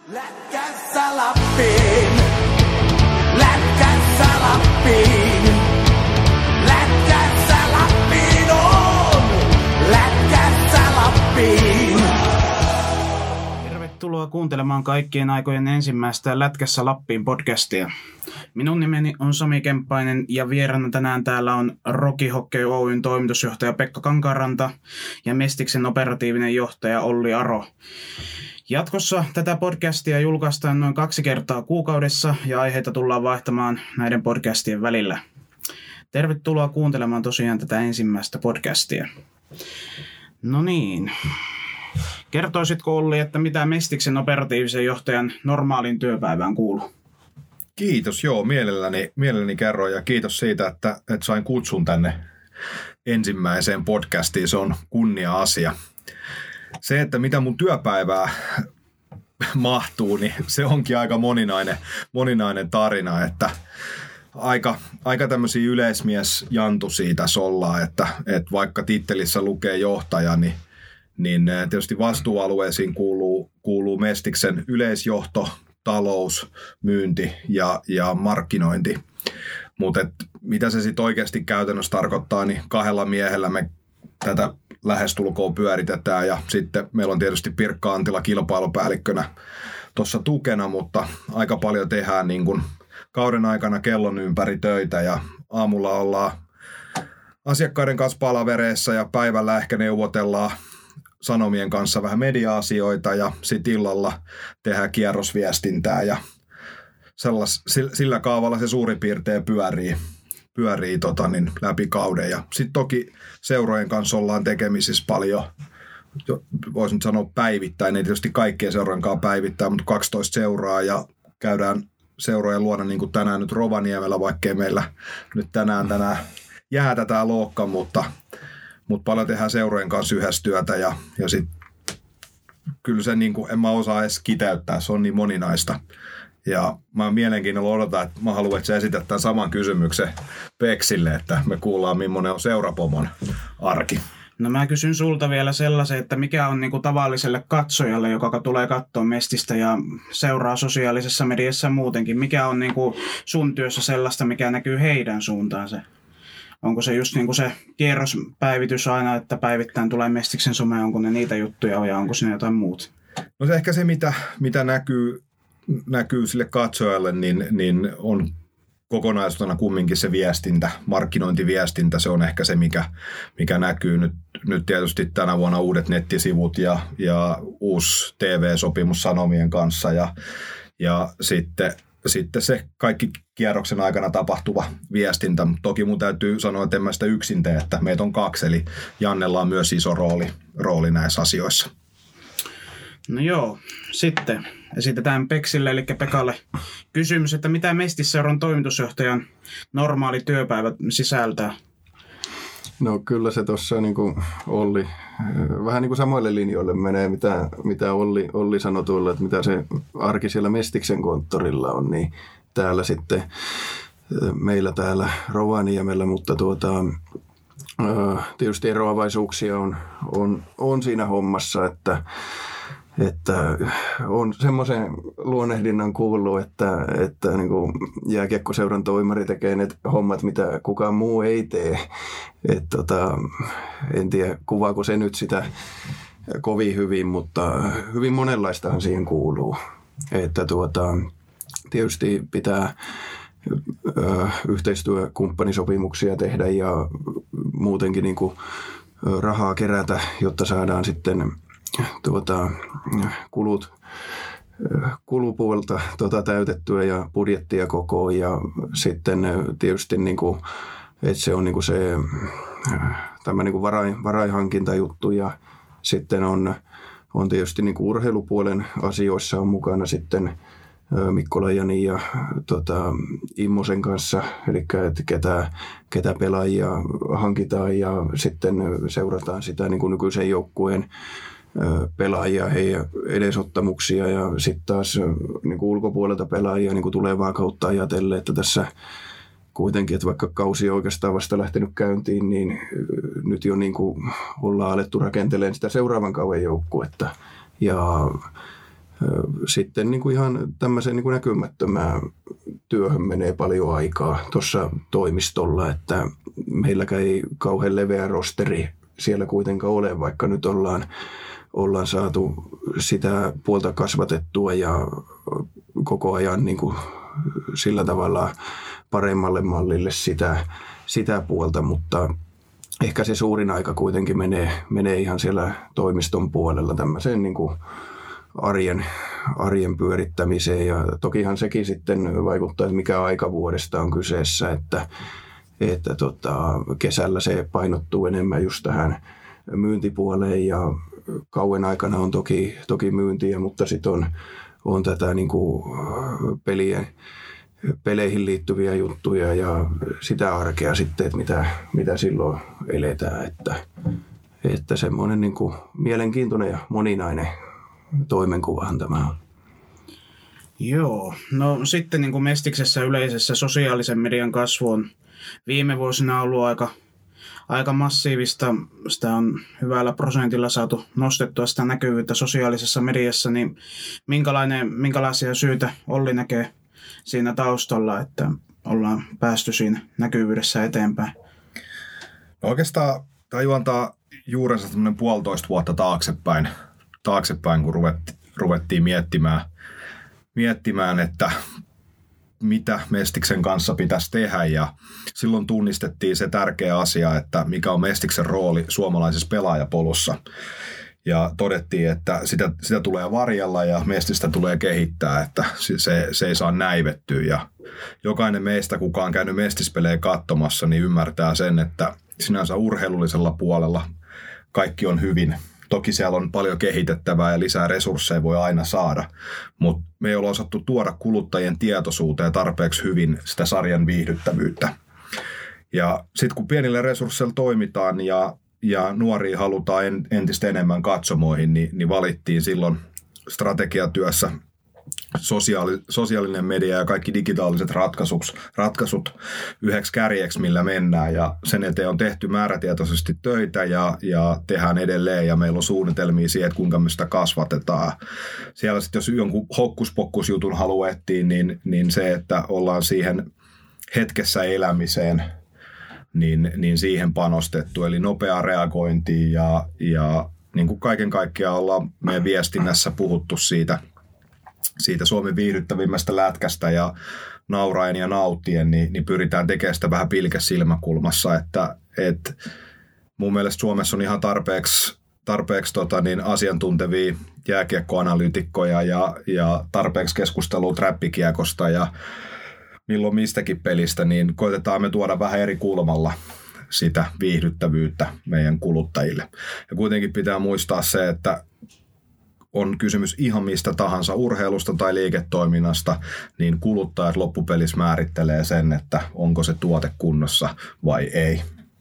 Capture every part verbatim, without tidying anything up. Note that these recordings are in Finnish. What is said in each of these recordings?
Lätkässä Lappiin, lätkässä Lappiin, lätkässä Lappiin on, lätkässä Lappiin. Tervetuloa kuuntelemaan kaikkien aikojen ensimmäistä Lätkässä Lappiin podcastia. Minun nimeni on Sami Kemppainen ja vieraana tänään täällä on Rocky Hockey Oyn toimitusjohtaja Pekka Kankaanranta ja Mestiksen operatiivinen johtaja Olli Aro. Jatkossa tätä podcastia julkaistaan noin kaksi kertaa kuukaudessa ja aiheita tullaan vaihtamaan näiden podcastien välillä. Tervetuloa kuuntelemaan tosiaan tätä ensimmäistä podcastia. No niin. Kertoisitko Olli, että mitä Mestiksen operatiivisen johtajan normaaliin työpäivään kuuluu? Kiitos, joo, mielelläni, mielelläni kerroin ja kiitos siitä, että, että sain kutsun tänne ensimmäiseen podcastiin. Se on kunnia-asia. Se, että mitä mun työpäivää mahtuu, niin se onkin aika moninainen, moninainen tarina, että aika, aika tämmöisiä yleismiesjantusia tässä ollaan, että, että vaikka tittelissä lukee johtaja, niin, niin tietysti vastuualueisiin kuuluu, kuuluu Mestiksen yleisjohto, talous, myynti ja, ja markkinointi. Mutta mitä se sitten oikeasti käytännössä tarkoittaa, niin kahdella miehellä me tätä lähestulkoon pyöritetään ja sitten meillä on tietysti Pirkka Antila kilpailupäällikkönä tuossa tukena, mutta aika paljon tehdään niin kuin kauden aikana kellon ympäri töitä ja aamulla ollaan asiakkaiden kanssa palavereissa ja päivällä ehkä neuvotellaan sanomien kanssa vähän media-asioita ja sitten illalla tehdään kierrosviestintää ja sellas, sillä kaavalla se suurin piirtein pyörii, pyörii tota, niin läpi kauden. Ja sitten toki seurojen kanssa ollaan tekemisissä paljon, voisin sanoa päivittäin, ei tietysti kaikkien seurojen kanssa päivittäin, mutta kaksitoista seuraa ja käydään seurojen luona niin kuin tänään nyt Rovaniemellä, vaikkei meillä nyt tänään tänään jäätä tää lookka, mutta Mutta paljon tehdään seurojen kanssa yhdessä työtä ja, ja sitten kyllä se niin kuin, en mä osaa edes kiteyttää, se on niin moninaista. Ja mä mielenkiinnolla odotan, että mä haluan, että sä esität tämän saman kysymyksen Peksille, että me kuullaan, millainen on seurapomon arki. No mä kysyn sulta vielä sellaisen, että mikä on niinku tavalliselle katsojalle, joka tulee katsoa Mestistä ja seuraa sosiaalisessa mediassa muutenkin, mikä on niinku sun työssä sellaista, mikä näkyy heidän suuntaansa? Onko se just niin kuin se kierrospäivitys aina, että päivittäin tulee Mestiksen some, onko ne niitä juttuja ja onko siinä jotain muuta? No se ehkä se, mitä, mitä näkyy, näkyy sille katsojalle, niin, niin on kokonaisuutena kumminkin se viestintä, markkinointiviestintä, se on ehkä se, mikä, mikä näkyy. Nyt, nyt tietysti tänä vuonna uudet nettisivut ja, ja uusi T V-sopimus Sanomien kanssa ja, ja sitten Sitten se kaikki kierroksen aikana tapahtuva viestintä, mutta toki mun täytyy sanoa, että en mä sitä yksin tee, että meitä on kaksi, eli Jannella on myös iso rooli, rooli näissä asioissa. No joo, sitten esitetään Peksille, eli Pekalle kysymys, että mitä Mestisseuran toimitusjohtajan normaali työpäivä sisältää? No kyllä se tuossa niin kuin Olli, vähän niin kuin samoille linjoille menee, mitä, mitä Olli, Olli sanoi tuolla, että mitä se arki siellä Mestiksen konttorilla on, niin täällä sitten meillä täällä Rovaniemellä, mutta tuota, tietysti eroavaisuuksia on, on, on siinä hommassa, että Että on semmoisen luonnehdinnan kuullut, että, että niin kuin jääkiekkoseuran toimari tekee ne hommat, mitä kukaan muu ei tee. Et tota, en tiedä, kuvaako se nyt sitä kovin hyvin, mutta hyvin monenlaistahan siihen kuuluu. Että tuota, tietysti pitää ö, yhteistyökumppanisopimuksia tehdä ja muutenkin niin kuin rahaa kerätä, jotta saadaan sitten Tuota, kulut, kulupuolta tuota, täytettyä ja budjettia kokoon ja sitten tietysti niin kuin, että se on niin kuin se tämä niin kuin varai, varaihankintajuttu ja sitten on, on tietysti niin kuin urheilupuolen asioissa on mukana sitten Mikko Lajani ja tota, Immosen kanssa, eli että ketä, ketä pelaajia hankitaan ja sitten seurataan sitä niin kuin nykyisen joukkueen pelaajia, heidän edesottamuksia ja sitten taas niin kuin ulkopuolelta pelaajia niin kuin tulevaa kautta ajatellen, että tässä kuitenkin, että vaikka kausi on oikeastaan vasta lähtenyt käyntiin, niin nyt jo niin kuin ollaan alettu rakentelemaan sitä seuraavan kauden joukkuetta. Ja Sitten niin kuin ihan tämmöiseen niin kuin näkymättömään työhön menee paljon aikaa tuossa toimistolla, että meilläkään ei kauhean leveä rosteri siellä kuitenkaan ole, vaikka nyt ollaan, ollaan saatu sitä puolta kasvatettua ja koko ajan niin kuin sillä tavalla paremmalle mallille sitä, sitä puolta, mutta ehkä se suurin aika kuitenkin menee, menee ihan siellä toimiston puolella tämmöiseen niin kuin arjen, arjen pyörittämiseen. Ja tokihan sekin sitten vaikuttaa, että mikä aika vuodesta on kyseessä, että, että tota, kesällä se painottuu enemmän just tähän myyntipuoleen ja kauan aikana on toki, toki myyntiä, mutta sitten on, on tätä niin kuin pelien, peleihin liittyviä juttuja ja sitä arkea sitten, että mitä, mitä silloin eletään. Että, että semmoinen niin kuin mielenkiintoinen ja moninainen toimenkuvahan tämä on. Joo, no sitten niin kuin Mestiksessä yleisessä sosiaalisen median kasvu on viime vuosina ollut aika, aika massiivista. Sitä on hyvällä prosentilla saatu nostettua sitä näkyvyyttä sosiaalisessa mediassa, niin minkälainen, minkälaisia syitä Olli näkee siinä taustalla, että ollaan päästy siinä näkyvyydessä eteenpäin? No oikeastaan tämä juontaa juurensa tämmöinen puolitoista vuotta taaksepäin, taaksepäin kun ruvettiin, ruvettiin miettimään, miettimään, että mitä Mestiksen kanssa pitäisi tehdä, ja silloin tunnistettiin se tärkeä asia, että mikä on Mestiksen rooli suomalaisessa pelaajapolussa. Ja todettiin, että sitä, sitä tulee varjella ja Mestistä tulee kehittää, että se, se ei saa näivettyä. Ja jokainen meistä, kuka on käynyt Mestispelejä katsomassa, niin ymmärtää sen, että sinänsä urheilullisella puolella kaikki on hyvin. Toki siellä on paljon kehitettävää ja lisää resursseja voi aina saada, mutta me ei olla osattu tuoda kuluttajien tietoisuuteen tarpeeksi hyvin sitä sarjan viihdyttävyyttä. Ja sitten kun pienillä resursseilla toimitaan ja ja nuoria halutaan entistä enemmän katsomoihin, niin, niin valittiin silloin strategiatyössä sosiaali, sosiaalinen media ja kaikki digitaaliset ratkaisut, ratkaisut yhdeksi kärjeksi, millä mennään. Ja sen eteen on tehty määrätietoisesti töitä ja, ja tehdään edelleen, ja meillä on suunnitelmia siihen, että kuinka me sitä kasvatetaan. Siellä sitten, jos jonkun hokkuspokkusjutun haluettiin, niin, niin se, että ollaan siihen hetkessä elämiseen, Niin, niin siihen panostettu, eli nopeaa reagointia ja, ja niin kuin kaiken kaikkiaan ollaan meidän viestinnässä puhuttu siitä, siitä Suomen viihdyttävimmästä lätkästä ja nauraen ja nauttien, niin, niin pyritään tekemään sitä vähän pilkäs silmäkulmassa, että et mun mielestä Suomessa on ihan tarpeeksi, tarpeeksi tota, niin asiantuntevia jääkiekkoanalyytikkoja ja, ja tarpeeksi keskustelua trappikiekosta ja milloin mistäkin pelistä, niin koitetaan me tuoda vähän eri kulmalla sitä viihdyttävyyttä meidän kuluttajille. Ja kuitenkin pitää muistaa se, että on kysymys ihan mistä tahansa urheilusta tai liiketoiminnasta, niin kuluttajat loppupelissä määrittelee sen, että onko se tuote kunnossa vai ei.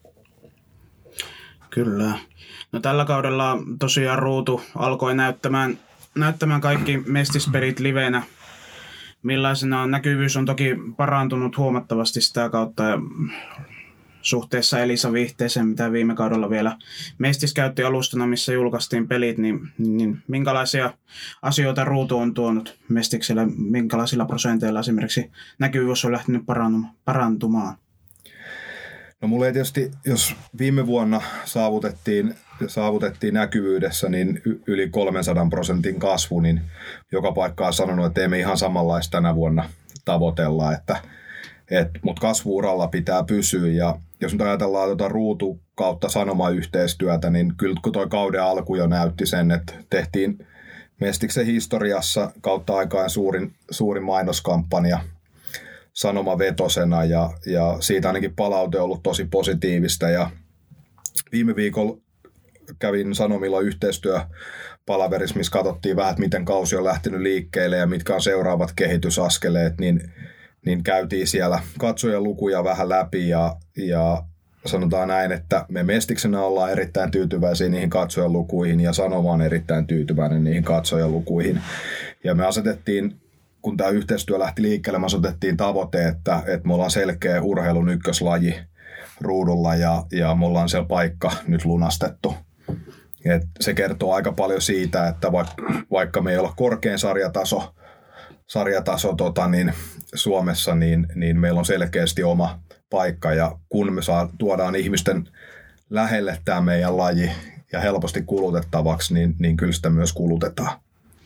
Kyllä. No tällä kaudella tosiaan Ruutu alkoi näyttämään, näyttämään kaikki Mestispelit livenä. Millaisena on näkyvyys on toki parantunut huomattavasti sitä kautta ja suhteessa Elisa Vihteeseen, mitä viime kaudella vielä Mestis käytti alustana, missä julkaistiin pelit, niin, niin minkälaisia asioita Ruutu on tuonut Mestiksellä, minkälaisilla prosenteilla esimerkiksi näkyvyys on lähtenyt parantumaan? No mulla ei tietysti, jos viime vuonna saavutettiin, saavutettiin näkyvyydessä niin yli kolmensadan prosentin kasvu, niin joka paikka on sanonut, että emme ihan samanlaista tänä vuonna tavoitella, että, et, mutta kasvu-uralla pitää pysyä. Ja jos nyt ajatellaan tuota Ruutu kautta sanomayhteistyötä, niin kyllä kun toi kauden alku jo näytti sen, että tehtiin Mestiksen historiassa kautta aikaan suurin, suurin mainoskampanja sanomavetosena ja, ja siitä ainakin palaute on ollut tosi positiivista. Ja viime viikolla kävin Sanomilla yhteistyöpalaverissa, missä katsottiin vähän, että miten kausi on lähtenyt liikkeelle ja mitkä on seuraavat kehitysaskeleet, niin, niin käytiin siellä katsojalukuja vähän läpi ja, ja sanotaan näin, että me Mestiksenä ollaan erittäin tyytyväisiä niihin katsojalukuihin ja Sanoma on erittäin tyytyväinen niihin katsojalukuihin. Ja me asetettiin, kun tämä yhteistyö lähti liikkeelle, me asetettiin tavoite, että, että me ollaan selkeä urheilun ykköslaji Ruudulla ja, ja me ollaan siellä paikka nyt lunastettu. Et se kertoo aika paljon siitä, että vaikka me ei olla korkein sarjataso, sarjataso tota, niin Suomessa, niin, niin meillä on selkeästi oma paikka. Ja kun me saa, tuodaan ihmisten lähelle tämä meidän laji ja helposti kulutettavaksi, niin, niin kyllä sitä myös kulutetaan.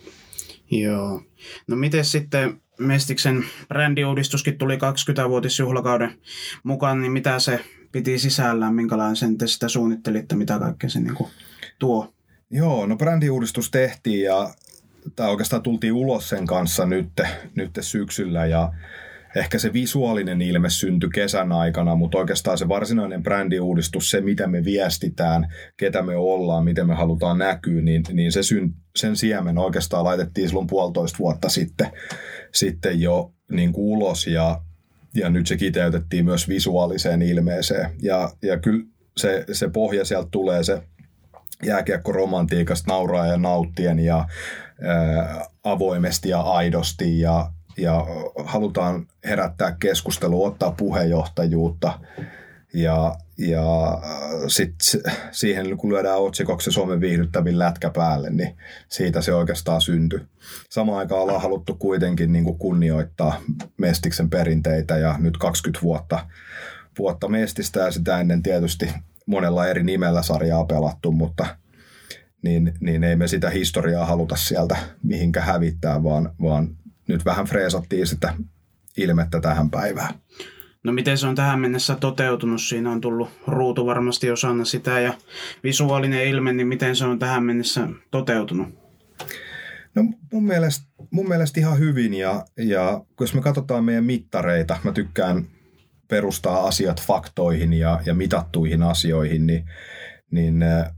Joo. No miten sitten Mestiksen brändiuudistuskin tuli kaksikymmenvuotisjuhlakauden mukaan, niin mitä se piti sisällään, minkälaisen te sitä suunnittelitte, mitä kaikkea se niin kuin tuo? Joo, no brändiuudistus tehtiin ja tämä oikeastaan tultiin ulos sen kanssa nyt, nyt syksyllä ja ehkä se visuaalinen ilme syntyi kesän aikana, mutta oikeastaan se varsinainen brändiuudistus, se mitä me viestitään, ketä me ollaan, miten me halutaan näkyä, niin, niin se syn, sen siemen oikeastaan laitettiin silloin puolitoista vuotta sitten, sitten jo niin kuin ulos ja, ja nyt se kiteytettiin myös visuaaliseen ilmeeseen. Ja, ja kyllä se, se pohja sieltä tulee se jääkiekkoromantiikasta nauraa ja nauttien ja ää, avoimesti ja aidosti ja Ja halutaan herättää keskustelua, ottaa puheenjohtajuutta ja, ja sitten siihen kun lyödään otsikoksi Suomen viihdyttävin lätkä päälle, niin siitä se oikeastaan syntyi. Samaan aikaan ollaan haluttu kuitenkin niin kuin kunnioittaa Mestiksen perinteitä ja nyt kaksikymmentä vuotta, vuotta Mestistä ja sitä ennen tietysti monella eri nimellä sarjaa pelattu, mutta niin, niin ei me sitä historiaa haluta sieltä mihinkä hävittää, vaan, vaan nyt vähän freesattiin sitä ilmettä tähän päivään. No miten se on tähän mennessä toteutunut? Siinä on tullut ruutu varmasti osana sitä ja visuaalinen ilme, niin miten se on tähän mennessä toteutunut? No mun mielestä, mun mielestä ihan hyvin ja, ja jos me katsotaan meidän mittareita, mä tykkään perustaa asiat faktoihin ja, ja mitattuihin asioihin, niin, niin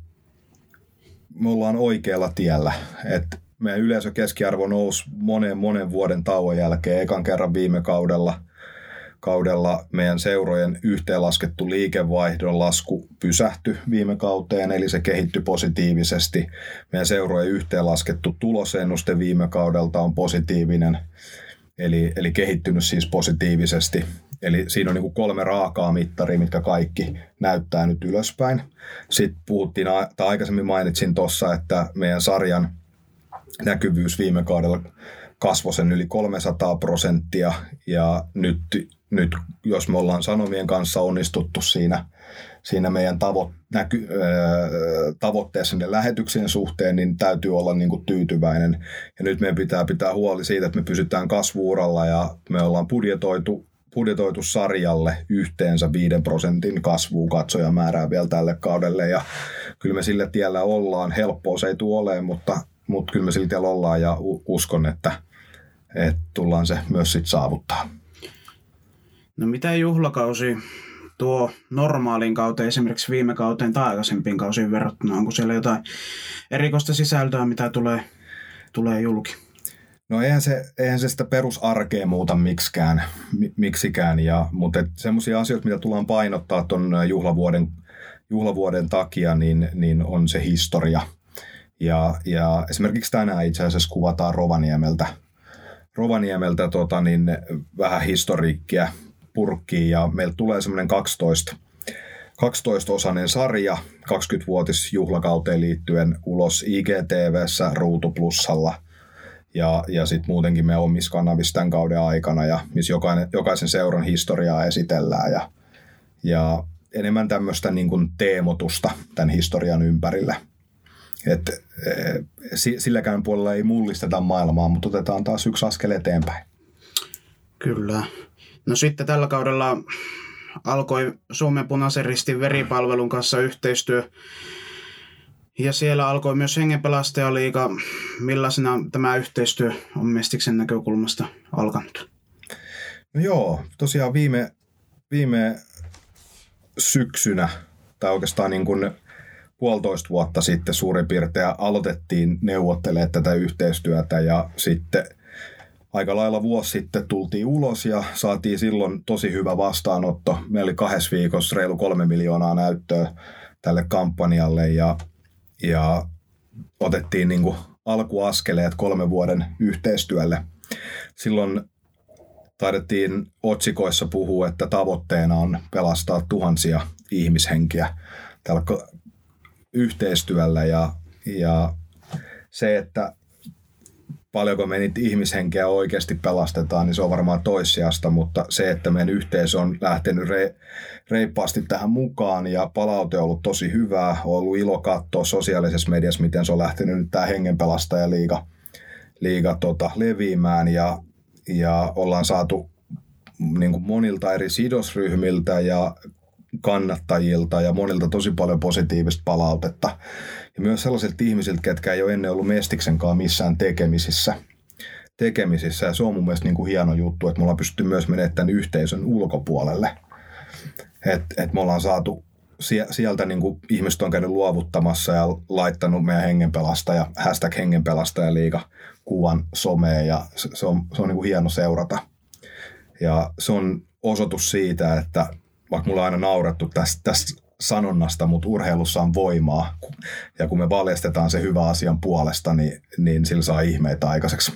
me ollaan oikealla tiellä, että meidän yleisökeskiarvo nousi monen, monen vuoden tauon jälkeen. Ekan kerran viime kaudella, kaudella meidän seurojen yhteenlaskettu liikevaihdon lasku pysähtyi viime kauteen, eli se kehittyi positiivisesti. Meidän seurojen yhteenlaskettu tulosennuste viime kaudelta on positiivinen, eli, eli kehittynyt siis positiivisesti. Eli siinä on niin kuin kolme raakaa mittaria, mitkä kaikki näyttää nyt ylöspäin. Sitten puhuttiin, tai aikaisemmin mainitsin tuossa, että meidän sarjan näkyvyys viime kaudella kasvoi sen yli kolmesataa prosenttia ja nyt, nyt jos me ollaan Sanomien kanssa onnistuttu siinä, siinä meidän tavo, näky, äh, tavoitteessa ne lähetyksien suhteen, niin täytyy olla niin kuin tyytyväinen. Ja nyt meidän pitää pitää huoli siitä, että me pysytään kasvu-uralla ja me ollaan budjetoitu, budjetoitu sarjalle yhteensä viiden prosentin kasvua katsojamäärää vielä tälle kaudelle ja kyllä me sillä tiellä ollaan. Helppoa se ei tule olemaan, mutta Mutta kyllä me silti ollaan ja uskon, että, että tullaan se myös sitten saavuttaa. No mitä juhlakausi tuo normaaliin kauteen, esimerkiksi viime kauteen tai aikaisempiin kausiin verrattuna? Onko siellä jotain erikoista sisältöä, mitä tulee, tulee julki? No eihän se, eihän se sitä perusarkea muuta miksikään, miksikään ja, mutta semmoisia asioita, mitä tullaan painottaa tuon juhlavuoden, juhlavuoden takia, niin, niin on se historia. Ja, ja esimerkiksi tänään itse asiassa kuvataan Rovaniemeltä, Rovaniemeltä tota, niin vähän historiikkia purkkiin ja meillä tulee semmoinen kaksitoista, kaksitoista-osainen sarja kaksikymmenvuotisjuhlakauteen liittyen ulos I G T V:ssä Ruutu Plussalla ja, ja sitten muutenkin meidän omissa kanavissa tämän kauden aikana ja missä jokainen, jokaisen seuran historiaa esitellään ja, ja enemmän tämmöistä niin kuin teemotusta tämän historian ympärillä. Että silläkään puolella ei mullisteta maailmaa, mutta otetaan taas yksi askel eteenpäin. Kyllä. No sitten tällä kaudella alkoi Suomen Punaisen Ristin veripalvelun kanssa yhteistyö. Ja siellä alkoi myös Hengenpelastajaliiga. Millaisena tämä yhteistyö on Mestiksen näkökulmasta alkanut? No joo, tosiaan viime, viime syksynä, tai oikeastaan niin kuin puolitoista vuotta sitten suurin piirtein aloitettiin neuvottelemaan tätä yhteistyötä ja sitten aika lailla vuosi sitten tultiin ulos ja saatiin silloin tosi hyvä vastaanotto. Meillä oli kahdessa viikossa reilu kolme miljoonaa näyttöä tälle kampanjalle ja, ja otettiin niin kuin alkuaskeleet kolmen vuoden yhteistyölle. Silloin taidettiin otsikoissa puhua, että tavoitteena on pelastaa tuhansia ihmishenkiä tällä yhteistyöllä ja, ja se, että paljonko me niitä ihmishenkeä oikeasti pelastetaan, niin se on varmaan toissijasta, mutta se, että meidän yhteisö on lähtenyt re, reippaasti tähän mukaan ja palaute on ollut tosi hyvää, on ollut ilo katsoa sosiaalisessa mediassa, miten se on lähtenyt nyt tämä hengenpelastajaliiga liiga, tota, leviämään ja, ja ollaan saatu niin kuin monilta eri sidosryhmiltä ja kannattajilta ja monilta tosi paljon positiivista palautetta. Ja myös sellaisilta ihmisiltä, ketkä ei ole ennen ollut Mestiksenkaan missään tekemisissä. tekemisissä. Ja se on mun mielestä niin kuin hieno juttu, että me ollaan pystytty myös menemään tämän yhteisön ulkopuolelle. Että et me ollaan saatu sieltä niin kuin ihmiset on käynyt luovuttamassa ja laittanut meidän hengenpelastaja, hashtag hengenpelastajaliiga kuvan someen ja se on, se on niin kuin hieno seurata. Ja se on osoitus siitä, että vaikka mulla on aina naurettu tästä, tästä sanonnasta, mutta urheilussa on voimaa. Ja kun me valjastetaan se hyvä asian puolesta, niin, niin sillä saa ihmeitä aikaiseksi.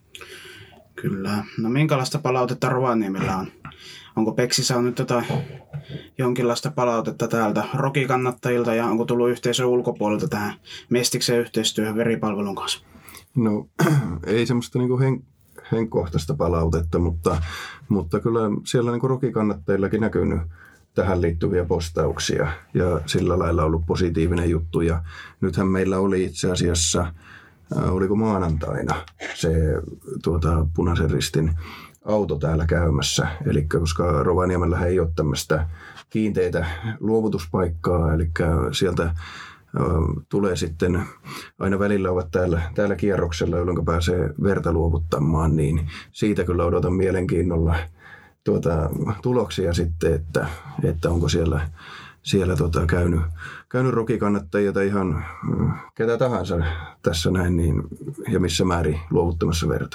Kyllä. No minkälaista palautetta Rovaniemellä on? Onko Peksi saanut jotain jonkinlaista palautetta täältä Roki-kannattajilta ja onko tullut yhteisön ulkopuolelta tähän Mestiksen yhteistyöhön veripalvelun kanssa? No ei semmoista niinku hen, henkkohtaista palautetta, mutta, mutta kyllä siellä niinku Roki-kannattajillakin näkynyt tähän liittyviä postauksia ja sillä lailla ollut positiivinen juttu. Ja nythän meillä oli itse asiassa, äh, oliko maanantaina se tuota, Punaisen Ristin auto täällä käymässä. Eli koska Rovaniemellä ei ole tämmöistä kiinteitä luovutuspaikkaa, eli sieltä äh, tulee sitten, aina välillä ovat täällä, täällä kierroksella, jolloin pääsee verta luovuttamaan, niin siitä kyllä odotan mielenkiinnolla tuota, tuloksia sitten, että, että onko siellä, siellä tuota, käynyt, käynyt Roki-kannattajia tai ihan ketä tahansa tässä näin niin, ja missä määrin luovuttamassa verta.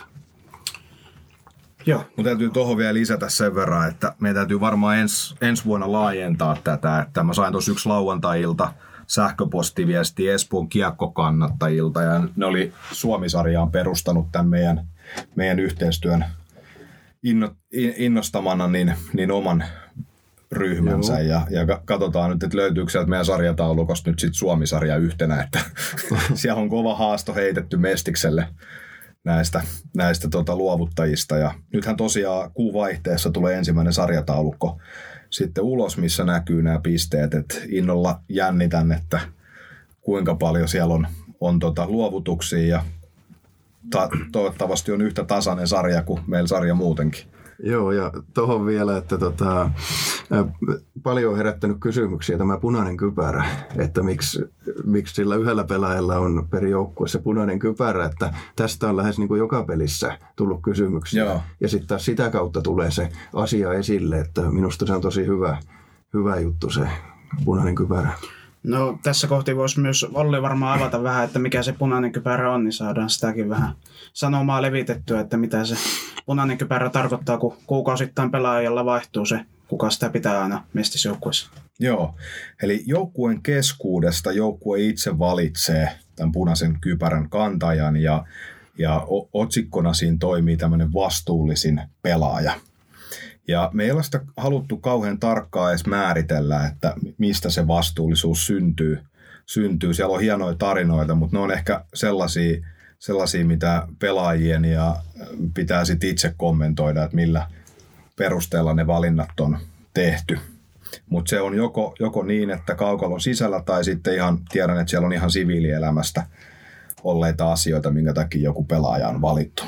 Joo. Mun täytyy tuohon vielä lisätä sen verran, että meidän täytyy varmaan ens, ensi vuonna laajentaa tätä, että mä sain tuossa yksi lauantai-ilta sähköpostiviesti Espoon kiekkokannattajilta ja ne oli Suomi-sarjaan perustanut tämän meidän, meidän yhteistyön Inno, innostamana niin, niin oman ryhmänsä ja, ja katsotaan nyt, että löytyykö sieltä meidän sarjataulukosta nyt sitten Suomi-sarja yhtenä, että siellä on kova haasto heitetty Mestikselle näistä, näistä tota, luovuttajista ja nythän tosiaan kuun vaihteessa tulee ensimmäinen sarjataulukko sitten ulos, missä näkyy nämä pisteet, että innolla jännitän, että kuinka paljon siellä on, on tota, luovutuksia ja Ta- toivottavasti on yhtä tasainen sarja kuin meillä sarja muutenkin. Joo, ja tuohon vielä, että tota, paljon on herättänyt kysymyksiä tämä punainen kypärä, että miksi, miksi sillä yhdellä pelaajalla on per joukkueessa punainen kypärä, että tästä on lähes niin kuin joka pelissä tullut kysymyksiä. Joo. Ja sitten taas sitä kautta tulee se asia esille, että minusta se on tosi hyvä, hyvä juttu se punainen kypärä. No tässä kohti voisi myös Olli varmaan avata vähän, että mikä se punainen kypärä on, niin saadaan sitäkin vähän sanomaa levitettyä, että mitä se punainen kypärä tarkoittaa, kun kuukausittain pelaajalla vaihtuu se, kuka sitä pitää aina mestisjoukkueessa. Joo, eli joukkueen keskuudesta joukkue itse valitsee tämän punaisen kypärän kantajan ja, ja otsikkona siinä toimii tämmöinen vastuullisin pelaaja. Ja me ei ole sitä haluttu kauhean tarkkaan edes määritellä, että mistä se vastuullisuus syntyy. syntyy. Siellä on hienoja tarinoita, mutta ne on ehkä sellaisia, sellaisia mitä pelaajien ja pitää sitten itse kommentoida, että millä perusteella ne valinnat on tehty. Mutta se on joko, joko niin, että kaukalon sisällä tai sitten ihan tiedän, että siellä on ihan siviilielämästä olleita asioita, minkä takia joku pelaaja on valittu.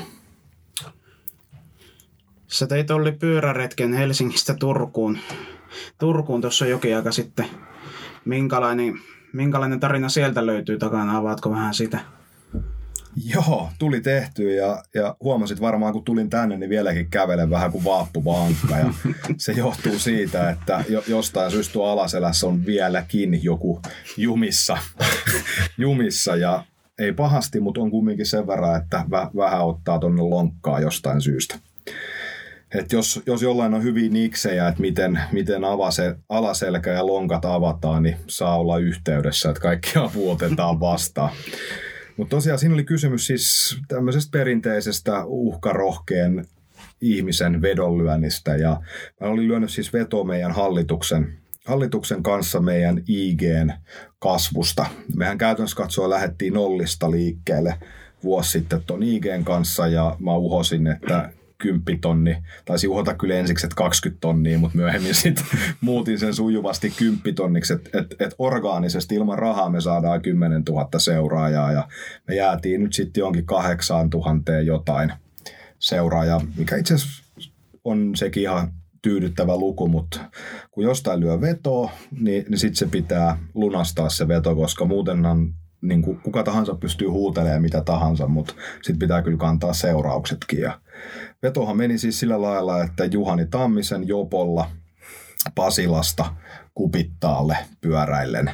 Sä teit Olli pyöräretken Helsingistä Turkuun, Turkuun tuossa jokin aika sitten. Minkälainen, minkälainen tarina sieltä löytyy takana? Avaatko vähän sitä? Joo, tuli tehty ja, ja huomasit varmaan, kun tulin tänne, niin vieläkin kävelen vähän kuin vaappuvankka. Ja se johtuu siitä, että jo, jostain syystä tuo alaselässä on vieläkin joku jumissa. jumissa ja ei pahasti, mutta on kumminkin sen verran, että väh, vähän ottaa tuonne lonkkaa jostain syystä. Et jos, jos jollain on hyviä niksejä, että miten, miten avase, alaselkä ja lonkat avataan, niin saa olla yhteydessä, että kaikki apu otetaan vastaan. Mutta tosiaan siinä oli kysymys siis tämmöisestä perinteisestä uhkarohkeen ihmisen vedonlyönnistä. Ja mä olin lyönyt siis vetoa meidän hallituksen, hallituksen kanssa meidän I G:n kasvusta. Mehän käytännössä katsoen lähdettiin nollista liikkeelle vuosi sitten tuon I G:n kanssa ja mä uhosin, että kymppitonni, taisi uhota kyllä ensiksi, että kaksikymmentä tonnia, mutta myöhemmin sitten muutin sen sujuvasti kymppitonniksi, että et, et orgaanisesti ilman rahaa me saadaan kymmenen tuhatta seuraajaa ja me jäätiin nyt sitten jonkin kahdeksaan tuhanteen jotain seuraajaa, mikä itse asiassa on sekin ihan tyydyttävä luku, mutta kun jostain lyö vetoa, niin, niin sitten se pitää lunastaa se veto, koska muutenhan niin kuin kuka tahansa pystyy huutelemaan mitä tahansa, mutta sitten pitää kyllä kantaa seurauksetkin. Ja vetohan meni siis sillä lailla, että Juhani Tammisen Jopolla Pasilasta Kupittaalle pyöräillen.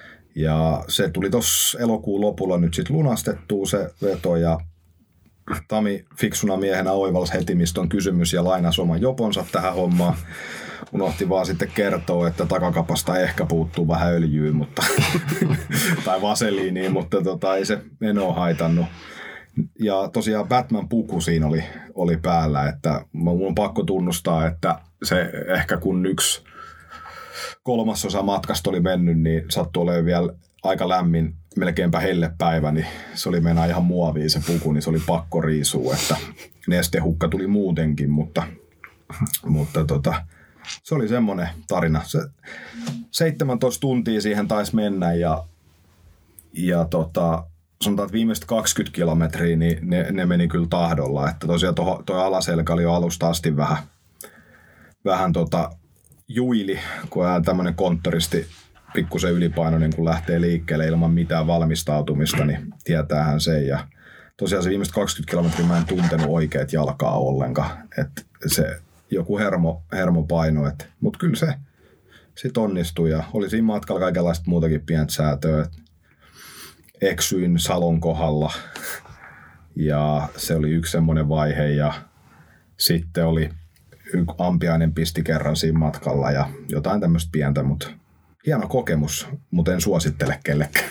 Ja se tuli tuossa elokuun lopulla nyt sitten lunastettua se veto ja Tami fiksuna miehenä oivalsi heti, mistä on kysymys ja lainasi oman joponsa tähän hommaan. Unohti vaan sitten kertoa, että takakapasta ehkä puuttuu vähän öljyä mutta, tai vaseliiniä, mutta tota, ei se menoa haitannut. Ja tosiaan Batman-puku siinä oli, oli päällä, että mun on pakko tunnustaa, että se ehkä kun yksi kolmasosa matkasta oli mennyt, niin sattui olemaan vielä aika lämmin, melkeinpä hellepäivä, niin se oli mennä ihan muoviin se puku, niin se oli pakko riisua, että nestehukka tuli muutenkin, mutta, mutta tota, se oli semmoinen tarina. Se seitsemäntoista tuntia siihen taisi mennä ja, ja tota, sanotaan, että viimeiset kaksikymmentä kilometriä, niin ne, ne meni kyllä tahdolla, että tosiaan tuo, tuo alaselkä oli jo alusta asti vähän, vähän tota, juili, kun on tämmöinen konttoristi pikkusen ylipainoinen, kun lähtee liikkeelle ilman mitään valmistautumista, niin tietäähän sen. Ja tosiaan se viimeiset kaksikymmentä kilometriä mä en tuntenut oikeat jalkaa ollenkaan. Että se joku hermo, hermopaino. Mutta kyllä se sitten onnistui ja oli siinä matkalla kaikenlaista muutakin pientä säätöä. Eksyin Salon kohdalla ja se oli yksi semmoinen vaihe ja sitten oli ampiainen pisti kerran siinä matkalla ja jotain tämmöistä pientä, mutta hieno kokemus, mutta en suosittele kellekään.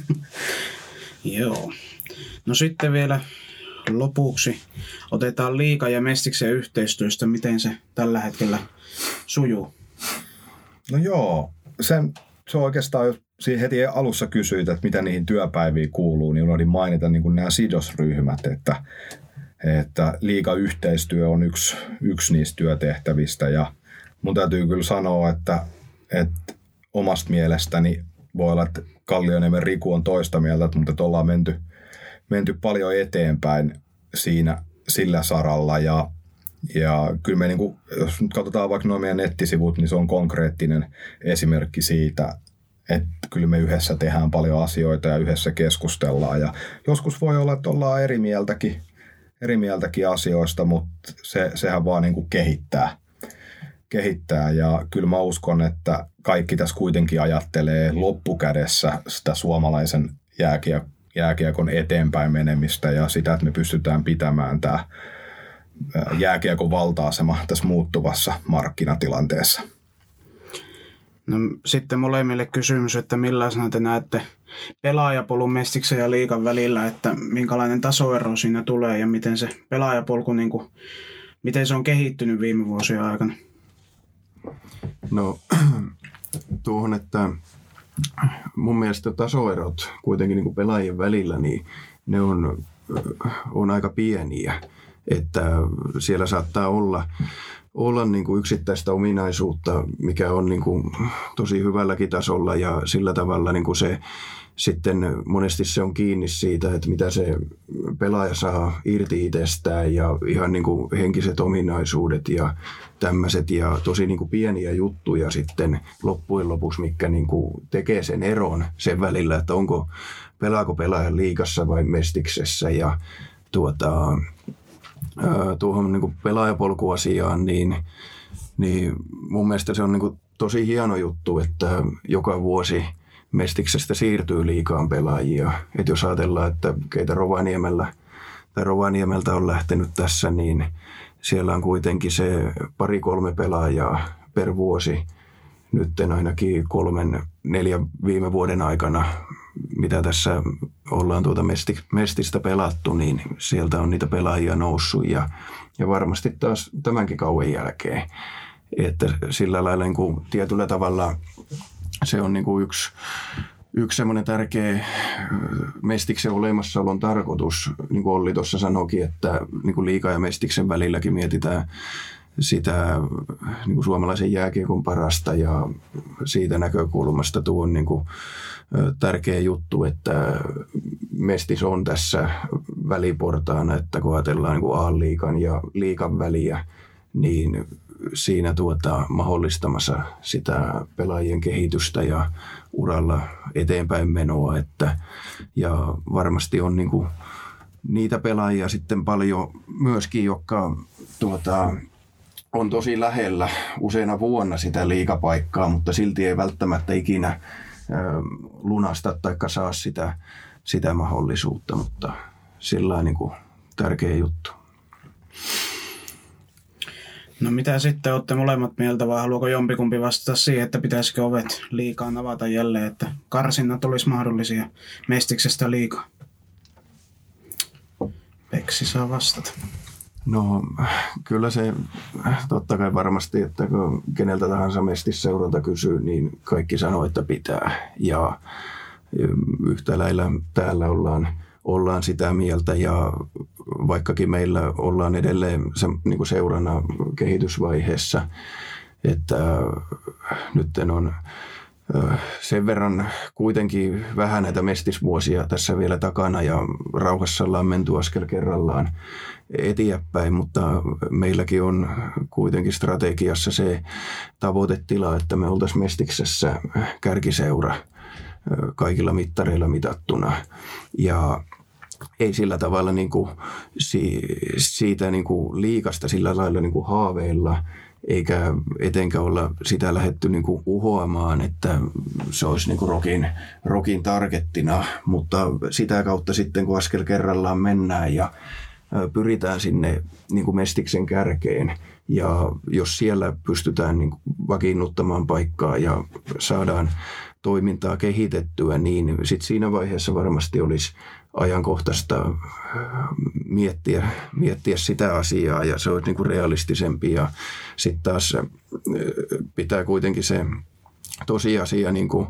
Joo. No sitten vielä lopuksi otetaan Liigan ja Mestiksen yhteistyöstä. Miten se tällä hetkellä sujuu? No joo, sen, se on oikeastaan, jos siinä heti alussa kysyit, että mitä niihin työpäiviin kuuluu, niin unohdin mainita niin kuin nämä sidosryhmät, että, että Liiga-yhteistyö on yksi, yksi niistä työtehtävistä ja mun täytyy kyllä sanoa, että, että omasta mielestäni voi olla, että Kallioniemen Riku on toista mieltä, mutta ollaan menty, menty paljon eteenpäin siinä sillä saralla. Ja, ja kyllä me, niin kuin, jos nyt katsotaan vaikka nuo meidän nettisivut, niin se on konkreettinen esimerkki siitä, että kyllä me yhdessä tehdään paljon asioita ja yhdessä keskustellaan. Ja joskus voi olla, että ollaan eri mieltäkin, eri mieltäkin asioista, mutta se, sehän vaan niin kuin kehittää. kehittää ja kyllä mä uskon, että kaikki tässä kuitenkin ajattelee loppukädessä sitä suomalaisen jääkiekon, jääkiekon eteenpäin menemistä ja sitä, että me pystytään pitämään tämä jääkiekon valta-asema tässä muuttuvassa markkinatilanteessa. No, sitten molemmille kysymys, että millaisena te näette pelaajapolun Mestiksen ja Liigan välillä, että minkälainen tasoero siinä tulee ja miten se pelaajapolku, niin kuin, miten se on kehittynyt viime vuosien aikana? No tuohon, että mun mielestä tasoerot kuitenkin niin kuin pelaajien välillä, niin ne on, on aika pieniä, että siellä saattaa olla, olla niin kuin yksittäistä ominaisuutta, mikä on niin kuin tosi hyvälläkin tasolla ja sillä tavalla niin kuin se sitten monesti se on kiinni siitä, että mitä se pelaaja saa irti itsestään ja ihan niin kuin henkiset ominaisuudet ja tämmöiset ja tosi niin kuin pieniä juttuja sitten loppujen lopuksi, mitkä niin kuin tekee sen eron sen välillä, että onko pelaako pelaaja Liigassa vai Mestiksessä ja tuota, tuohon niin kuin pelaajapolkuasiaan, niin, niin mun mielestä se on niin kuin tosi hieno juttu, että joka vuosi Mestiksestä siirtyy Liigaan pelaajia. Et jos ajatellaan, että keitä Rovaniemellä tai Rovaniemeltä on lähtenyt tässä, niin siellä on kuitenkin se pari-kolme pelaajaa per vuosi. Nyt ainakin kolmen, neljän viime vuoden aikana, mitä tässä ollaan tuota Mestistä pelattu, niin sieltä on niitä pelaajia noussut ja, ja varmasti taas tämänkin kauan jälkeen. että sillä lailla niin kuin tietyllä tavalla se on niin kuin yksi, yksi semmoinen tärkeä Mestiksen olemassaolon tarkoitus, niin kuin Olli tuossa sanoikin, että niin kuin liigan ja Mestiksen välilläkin mietitään sitä niin kuin suomalaisen jääkiekon parasta ja siitä näkökulmasta tuo on niin kuin tärkeä juttu, että Mestis on tässä väliportaana, että kun ajatellaan niin kuin A-liigan ja liigan väliä, niin siinä tuota, mahdollistamassa sitä pelaajien kehitystä ja uralla eteenpäin menoa. Että, ja varmasti on niin kuin niitä pelaajia sitten paljon myöskin, jotka tuota, on tosi lähellä useina vuonna sitä liigapaikkaa, mutta silti ei välttämättä ikinä ä, lunasta tai saa sitä, sitä mahdollisuutta, mutta sillä niin kuin tärkeä juttu. No mitä sitten olette molemmat mieltä, vai haluaako jompikumpi vastata siihen, että pitäisikö ovet liigaan avata jälleen, että karsinnat olisi mahdollisia Mestiksestä liigaan? Peksi saa vastata. No kyllä se totta kai varmasti, että kun keneltä tahansa Mestis-seuralta kysyy, niin kaikki sanoo, että pitää. Ja yhtä lailla täällä ollaan, ollaan sitä mieltä ja vaikkakin meillä ollaan edelleen se, niin kuin seurana kehitysvaiheessa, että nyt on sen verran kuitenkin vähän näitä mestisvuosia tässä vielä takana ja rauhassa ollaan menty askel kerrallaan eteenpäin, mutta meilläkin on kuitenkin strategiassa se tavoitetila, että me oltaisiin Mestiksessä kärkiseura kaikilla mittareilla mitattuna ja ei sillä tavalla niin kuin siitä niin kuin liigasta sillä lailla niin kuin haaveilla, eikä etenkään olla sitä lähdetty niin kuin uhoamaan, että se olisi niin kuin rokin, rokin targettina, mutta sitä kautta sitten kun askel kerrallaan mennään ja pyritään sinne niin kuin Mestiksen kärkeen ja jos siellä pystytään niin kuin vakiinnuttamaan paikkaa ja saadaan toimintaa kehitettyä, niin sitten siinä vaiheessa varmasti olisi ajankohtaista miettiä, miettiä sitä asiaa ja se olisi niin kuin realistisempi ja sitten taas pitää kuitenkin se tosiasia niin kuin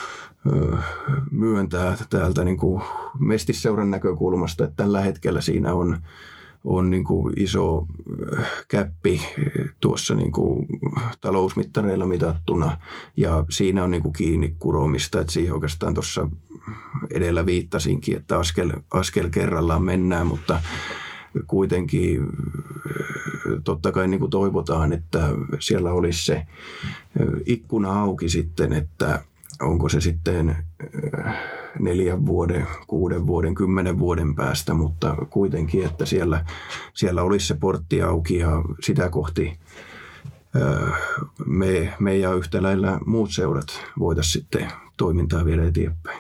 myöntää täältä niin kuin Mestisseuran näkökulmasta, että tällä hetkellä siinä on, on niin kuin iso käppi tuossa niin kuin talousmittareilla mitattuna ja siinä on niin kuin kiinni kuromista, että siihen oikeastaan tuossa edellä viittasinkin, että askel, askel kerrallaan mennään, mutta kuitenkin totta kai niin kuin toivotaan, että siellä olisi se ikkuna auki sitten, että onko se sitten neljän vuoden, kuuden vuoden, kymmenen vuoden päästä, mutta kuitenkin, että siellä, siellä olisi se portti auki ja sitä kohti me, me ja yhtä lailla muut seurat voitaisiin sitten toimintaa viedä eteenpäin.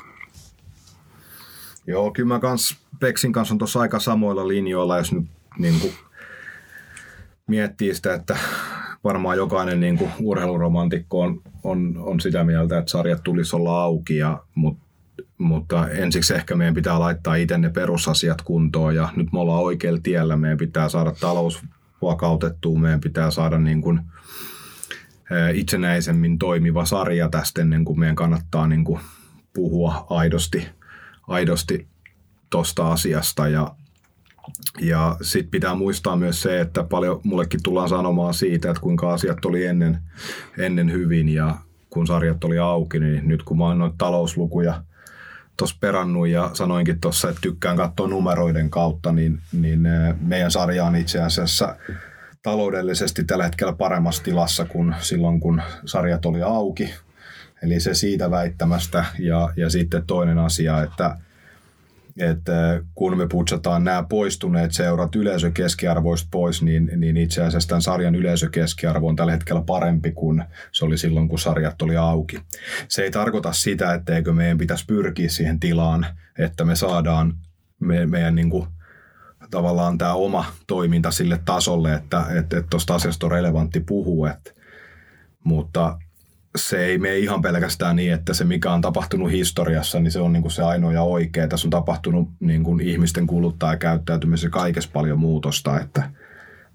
Joo, kyllä mä kans Peksin kanssa on tuossa aika samoilla linjoilla, jos nyt niin kuin miettii sitä, että varmaan jokainen niin kuin urheiluromantikko on, on, on sitä mieltä, että sarjat tulisi olla auki, ja, mut, mutta ensiksi ehkä meidän pitää laittaa itse ne perusasiat kuntoon ja nyt me ollaan oikealla tiellä, meidän pitää saada talous vakautettua, meidän pitää saada niin kuin itsenäisemmin toimiva sarja tästä ennen kuin meidän kannattaa niin kuin puhua aidosti, aidosti tuosta asiasta ja Ja sitten pitää muistaa myös se, että paljon mullekin tullaan sanomaan siitä, että kuinka asiat oli ennen, ennen hyvin ja kun sarjat oli auki, niin nyt kun mä oon noita talouslukuja tuossa perannut ja sanoinkin tuossa, että tykkään katsoa numeroiden kautta, niin, niin meidän sarja on itse asiassa taloudellisesti tällä hetkellä paremmassa tilassa kuin silloin, kun sarjat oli auki. Eli se siitä väittämästä ja, ja sitten toinen asia, että että kun me putsataan nämä poistuneet seurat yleisökeskiarvoista pois, niin, niin itse asiassa tämän sarjan yleisökeskiarvo on tällä hetkellä parempi kuin se oli silloin, kun sarjat oli auki. Se ei tarkoita sitä, etteikö meidän pitäisi pyrkiä siihen tilaan, että me saadaan me, meidän niin kuin, tavallaan tämä oma toiminta sille tasolle, että tuosta asiasta on relevantti puhua, että, mutta se ei mene ihan pelkästään niin, että se mikä on tapahtunut historiassa, niin se on niin kuin se ainoa ja oikea. Tässä on tapahtunut niin kuin ihmisten kuluttajakäyttäytymisessä kaikessa paljon muutosta, että,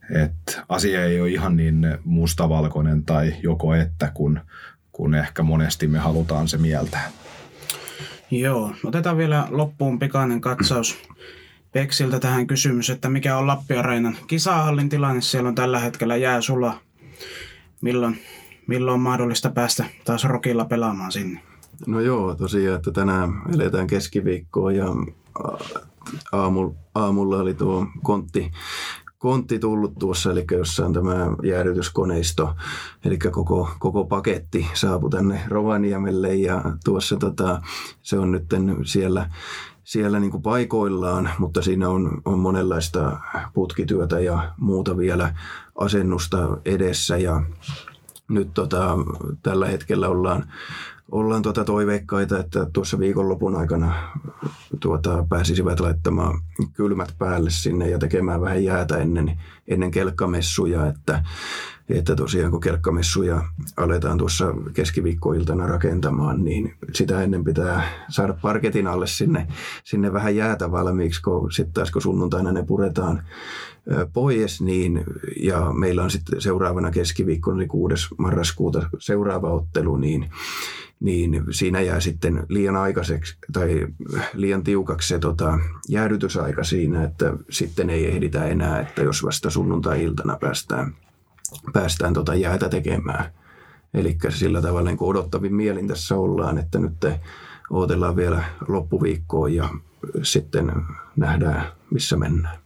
että asia ei ole ihan niin mustavalkoinen tai joko että, kun, kun ehkä monesti me halutaan se mieltää. Joo, otetaan vielä loppuun pikainen katsaus Peksiltä tähän kysymys, että mikä on Lappi-areenan kisahallin tilanne. Siellä on tällä hetkellä jääsula. Milloin, milloin on mahdollista päästä taas Rokilla pelaamaan sinne? No joo, tosiaan, että tänään eletään keskiviikkoa ja aamulla, aamulla oli tuo kontti, kontti tullut tuossa, eli jossa on tämä jäädytyskoneisto, eli koko, koko paketti saapui tänne Rovaniemelle ja tuossa tota, se on nyt siellä, siellä niin kuin paikoillaan, mutta siinä on, on monenlaista putkityötä ja muuta vielä asennusta edessä ja nyt tota, tällä hetkellä ollaan Ollaan tuota toiveikkaita, että tuossa viikonlopun aikana tuota, pääsisivät laittamaan kylmät päälle sinne ja tekemään vähän jäätä ennen, ennen kelkkamessuja. Että, että tosiaan kun kelkkamessuja aletaan tuossa keskiviikkoiltana rakentamaan, niin sitä ennen pitää saada parketin alle sinne, sinne vähän jäätä valmiiksi, kun sitten taas kun sunnuntaina ne puretaan pois, niin, ja meillä on sitten seuraavana keskiviikkona, eli kuudes marraskuuta seuraava ottelu, niin niin siinä jää sitten liian aikaiseksi tai liian tiukaksi se tota, jäädytysaika siinä, että sitten ei ehditä enää, että jos vasta sunnuntai-iltana päästään, päästään tota jäätä tekemään. Eli sillä tavalla niin odottavin mielin tässä ollaan, että nyt odotellaan vielä loppuviikkoon ja sitten nähdään, missä mennään.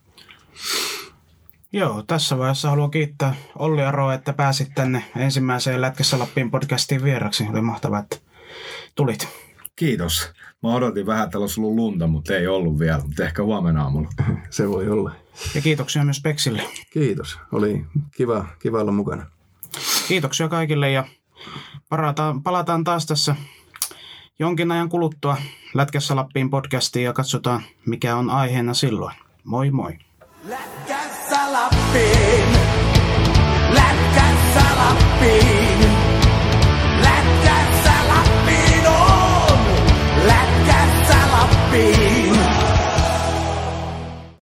Joo, tässä vaiheessa haluan kiittää Olli Aroa, että pääsit tänne ensimmäiseen Lätkässä Lappiin podcastiin vieraksi. Oli mahtavaa, että tulit. Kiitos. Mä odotin vähän, että olisi ollut lunta, mutta ei ollut vielä, mutta ehkä huomenna aamulla. Se voi olla. Ja kiitoksia myös Peksille. Kiitos. Oli kiva, kiva olla mukana. Kiitoksia kaikille ja palataan, palataan taas tässä jonkin ajan kuluttua Lätkässä Lappiin podcastiin ja katsotaan, mikä on aiheena silloin. Moi moi. Lätkässä Lappiin, Lätkässä Lappiin, Lätkässä Lappiin on, Lätkässä Lappiin.